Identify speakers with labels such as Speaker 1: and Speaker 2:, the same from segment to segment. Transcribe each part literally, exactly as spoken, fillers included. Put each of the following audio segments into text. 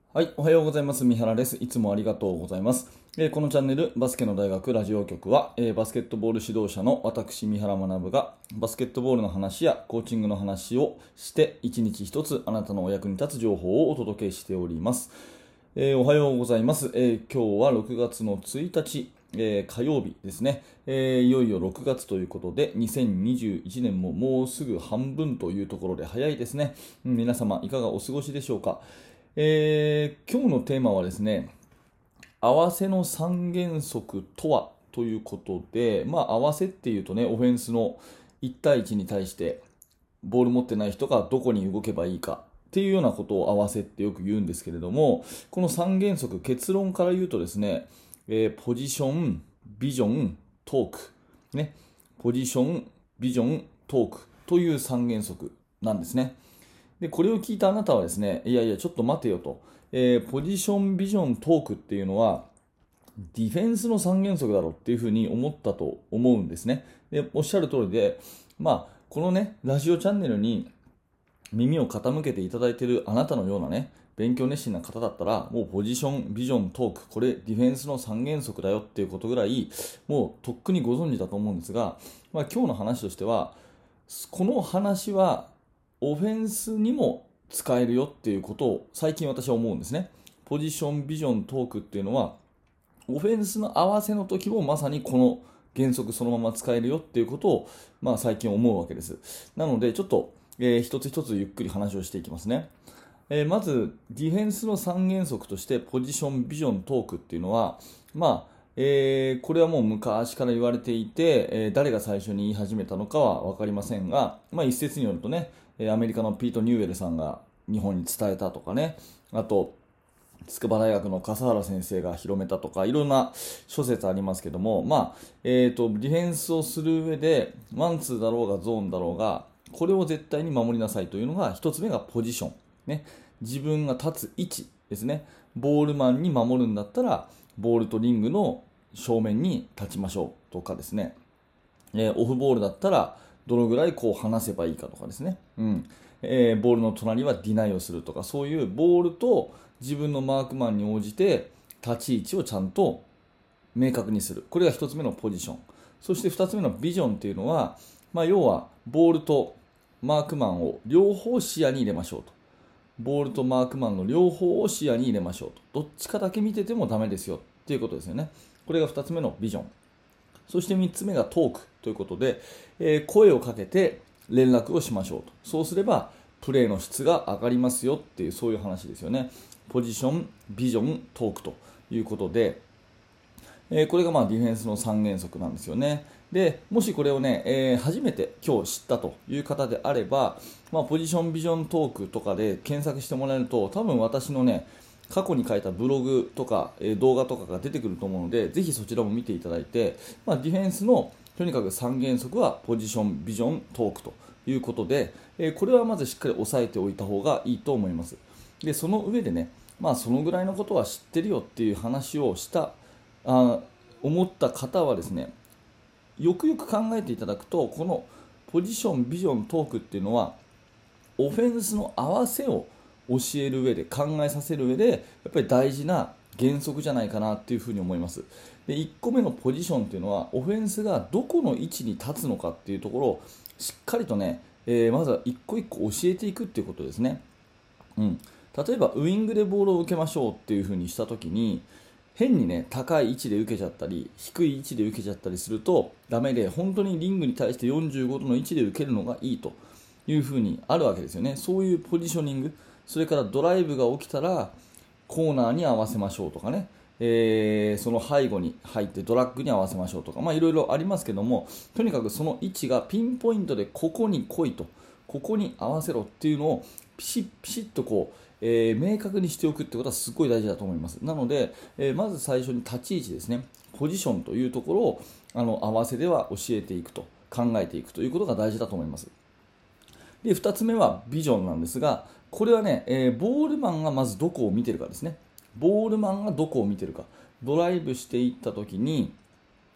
Speaker 1: はい、おはようございます。三原です。いつもありがとうございます。えーこのチャンネル、バスケの大学ラジオ局は、えーバスケットボール指導者の私、三原学が、バスケットボールの話やコーチングの話をして、一日一つあなたのお役に立つ情報をお届けしております。えーおはようございます。えー今日はろくがつのついたち、えー火曜日ですね、えーいよいよろくがつということで、にせんにじゅういちねんももうすぐ半分というところで早いですね。うん皆様、いかがお過ごしでしょうか。えー今日のテーマはですね、合わせの三原則とはということで、まあ、合わせっていうとね、オフェンスのいち対いちに対してボール持ってない人がどこに動けばいいかっていうようなことを合わせってよく言うんですけれども、この三原則、結論から言うとですね、えーポジション、ビジョン、トーク、ね、ポジション、ビジョン、トークという三原則なんですね。で、これを聞いたあなたはですね、いやいや、ちょっと待てよと。えーポジション、ビジョン、トークっていうのは、ディフェンスの三原則だろうっていうふうに思ったと思うんですね。で、おっしゃる通りで、まあ、このね、ラジオチャンネルに耳を傾けていただいているあなたのようなね、勉強熱心な方だったら、もうポジション、ビジョン、トーク、これディフェンスの三原則だよっていうことぐらい、もうとっくにご存知だと思うんですが、まあ、今日の話としては、この話はオフェンスにも使えるよっていうことを最近私は思うんですね。ポジション、ビジョン、トークっていうのは、オフェンスの合わせの時もまさにこの原則そのまま使えるよっていうことを、まあ、最近思うわけです。なのでちょっと、えー一つ一つゆっくり話をしていきますね。えーまずディフェンスの三原則としてポジション、ビジョン、トークっていうのは、まあえーこれはもう昔から言われていて、えー誰が最初に言い始めたのかは分かりませんが、まあ、一説によるとね、えーアメリカのピート・ニューエルさんが日本に伝えたとかね、あと筑波大学の笠原先生が広めたとか、いろんな諸説ありますけども、まあ、えっと、ディフェンスをする上で、ワンツーだろうがゾーンだろうが、これを絶対に守りなさいというのが、一つ目がポジション。ね。自分が立つ位置ですね。ボールマンに守るんだったら、ボールとリングの正面に立ちましょうとかですね。えーオフボールだったらどのぐらいこう離せばいいかとかですね、うんえーボールの隣はディナイをするとか、そういうボールと自分のマークマンに応じて立ち位置をちゃんと明確にする。これが一つ目のポジション。そして二つ目のビジョンっていうのは、まあ、要はボールとマークマンを両方視野に入れましょうと。ボールとマークマンの両方を視野に入れましょうと。どっちかだけ見ててもダメですよっていうことですよね。これが二つ目のビジョン。そしてみっつめがトークということで、えー声をかけて連絡をしましょうと。そうすればプレーの質が上がりますよっていう、そういう話ですよね。ポジション、ビジョン、トークということで、えーこれがまあディフェンスの三原則なんですよね。で、もしこれをね、えー初めて今日知ったという方であれば、まあ、ポジションビジョントークとかで検索してもらえると、多分私のね、過去に書いたブログとか、えー動画とかが出てくると思うので、ぜひそちらも見ていただいて、まあ、ディフェンスのとにかく三原則はポジション、ビジョン、トークということで、えーこれはまずしっかり押さえておいた方がいいと思います。で、その上でね、まあ、そのぐらいのことは知ってるよっていう話をしたあ思った方はですね、よくよく考えていただくと、このポジション、ビジョン、トークっていうのはオフェンスの合わせを教える上で、考えさせる上でやっぱり大事な原則じゃないかなっていうふうに思います。で、いっこめのポジションっていうのは、オフェンスがどこの位置に立つのかっていうところをしっかりとね、えーまずは一個一個教えていくっていうことですね。うん、例えばウイングでボールを受けましょうっていう風にしたときに、変にね高い位置で受けちゃったり低い位置で受けちゃったりするとダメで、本当にリングに対してよんじゅうごどの位置で受けるのがいいという風にあるわけですよね。そういうポジショニング、それからドライブが起きたらコーナーに合わせましょうとかね、えーその背後に入ってドラッグに合わせましょうとか、まあいろいろありますけども、とにかくその位置がピンポイントでここに来いと、ここに合わせろっていうのをピシッピシッとこう、えー明確にしておくってことはすごい大事だと思います。なので、えーまず最初に立ち位置ですね、ポジションというところをあの合わせでは教えていくと、考えていくということが大事だと思います。で、ふたつめはビジョンなんですが、これはね、えーボールマンがまずどこを見てるかですね。ボールマンがどこを見てるか。ドライブしていった時に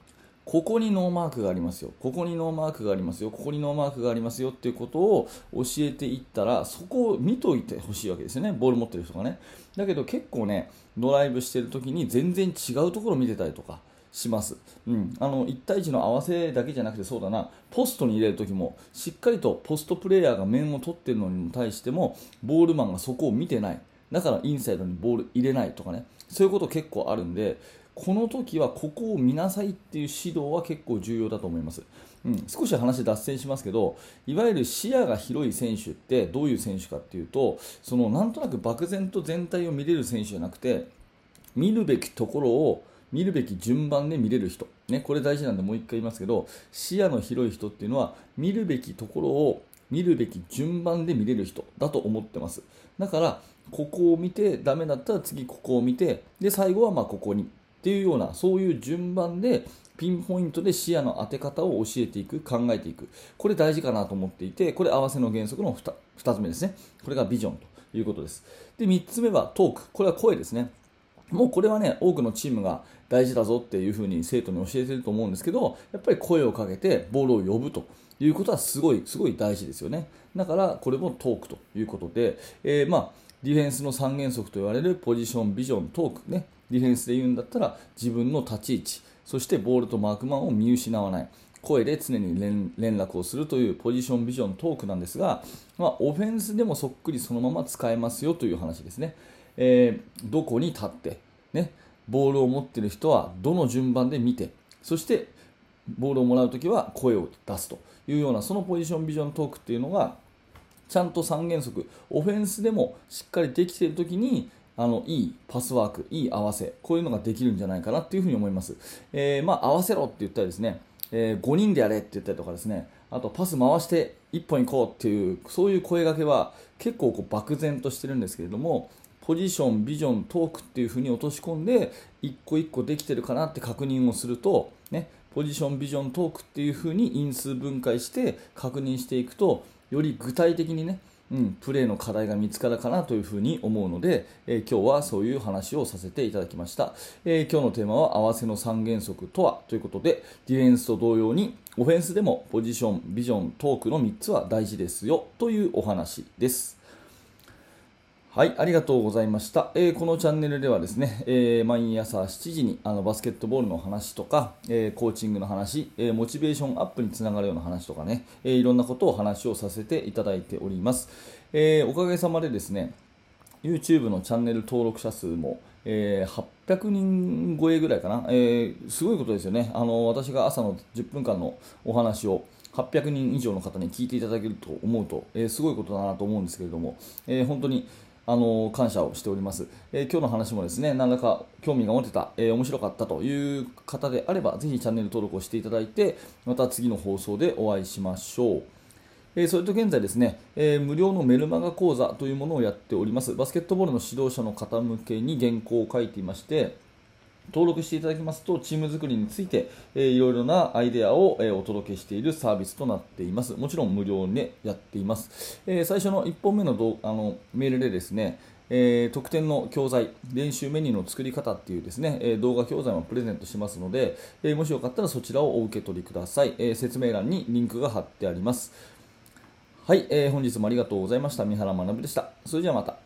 Speaker 1: ここにノーマークがありますよ、ここにノーマークがありますよ、ここにノーマークがありますよっていうことを教えていったら、そこを見といてほしいわけですよね、ボール持ってる人がね。だけど結構ね、ドライブしてる時に全然違うところを見てたりとかします。うん、あのいち対いちの合わせだけじゃなくて、そうだな、ポストに入れる時もしっかりとポストプレーヤーが面を取っているのに対してもボールマンがそこを見てない、だからインサイドにボール入れないとかね、そういうこと結構あるんで、この時はここを見なさいっていう指導は結構重要だと思います。うん、少し話脱線しますけど、いわゆる視野が広い選手ってどういう選手かっていうと、そのなんとなく漠然と全体を見れる選手じゃなくて、見るべきところを見るべき順番で見れる人、ね、これ大事なんでもう一回言いますけど、視野の広い人っていうのは見るべきところを見るべき順番で見れる人だと思ってます。だからここを見てダメだったら次ここを見て、で最後はまあここにっていうような、そういう順番でピンポイントで視野の当て方を教えていく、考えていく、これ大事かなと思っていて、これ合わせの原則の 2, ふたつめですね。これがビジョンということです。でみっつめはトーク、これは声ですね。もうこれはね、多くのチームが大事だぞっていうふうに生徒に教えていると思うんですけど、やっぱり声をかけてボールを呼ぶということはすごいすごい大事ですよね。だからこれもトークということで、えー、まあディフェンスの三原則と言われるポジション、ビジョン、トークね。ディフェンスで言うんだったら自分の立ち位置、そしてボールとマークマンを見失わない、声で常に 連, 連絡をするというポジション、ビジョン、トークなんですが、まあ、オフェンスでもそっくりそのまま使えますよという話ですね。えー、どこに立って、ね、ボールを持っている人はどの順番で見て、そしてボールをもらうときは声を出すというような、そのポジション、ビジョン、トークっていうのがちゃんと三原則、オフェンスでもしっかりできているときにあのいいパスワーク、いい合わせ、こういうのができるんじゃないかなというふうに思います。えーまあ、合わせろって言ったりですね、えー、ごにんでやれって言ったりとかですね、あとパス回していっぽん行こうっていう、そういう声掛けは結構こう漠然としてるんですけれども、ポジション、ビジョン、トークっていう風に落とし込んで一個一個できてるかなって確認をすると、ね、ポジション、ビジョン、トークっていう風に因数分解して確認していくと、より具体的にね、うん、プレーの課題が見つかるかなというふうに思うので、えー、今日はそういう話をさせていただきました。えー、今日のテーマは合わせの三原則とはということで、ディフェンスと同様にオフェンスでもポジション、ビジョン、トークのみっつは大事ですよというお話です。はい、ありがとうございました。えー、このチャンネルではですね、えー、毎朝しちじにあのバスケットボールの話とか、えー、コーチングの話、えー、モチベーションアップにつながるような話とかね、えー、いろんなことを話をさせていただいております。えー、おかげさまでですね、YouTube のチャンネル登録者数も、えー、はっぴゃくにん超えぐらいかな、えー、すごいことですよね。あの私が朝のじゅっぷんかんのお話をはっぴゃくにん以上の方に聞いていただけると思うと、えー、すごいことだなと思うんですけれども、えー、本当にあの感謝をしております。えー、今日の話もですね、何らか興味が持てた、えー、面白かったという方であれば、ぜひチャンネル登録をしていただいて、また次の放送でお会いしましょう。えー、それと現在ですね、えー、無料のメルマガ講座というものをやっております。バスケットボールの指導者の方向けに原稿を書いていまして、登録していただきますとチーム作りについて、えー、いろいろなアイデアを、えー、お届けしているサービスとなっています。もちろん無料でやっています。えー、最初のいっぽんめのどあのメールでですね、えー、特典の教材、練習メニューの作り方っていうですね、えー、動画教材もプレゼントしますので、えー、もしよかったらそちらをお受け取りください。えー、説明欄にリンクが貼ってあります。はい、えー、本日もありがとうございました。三原学でした。それではまた。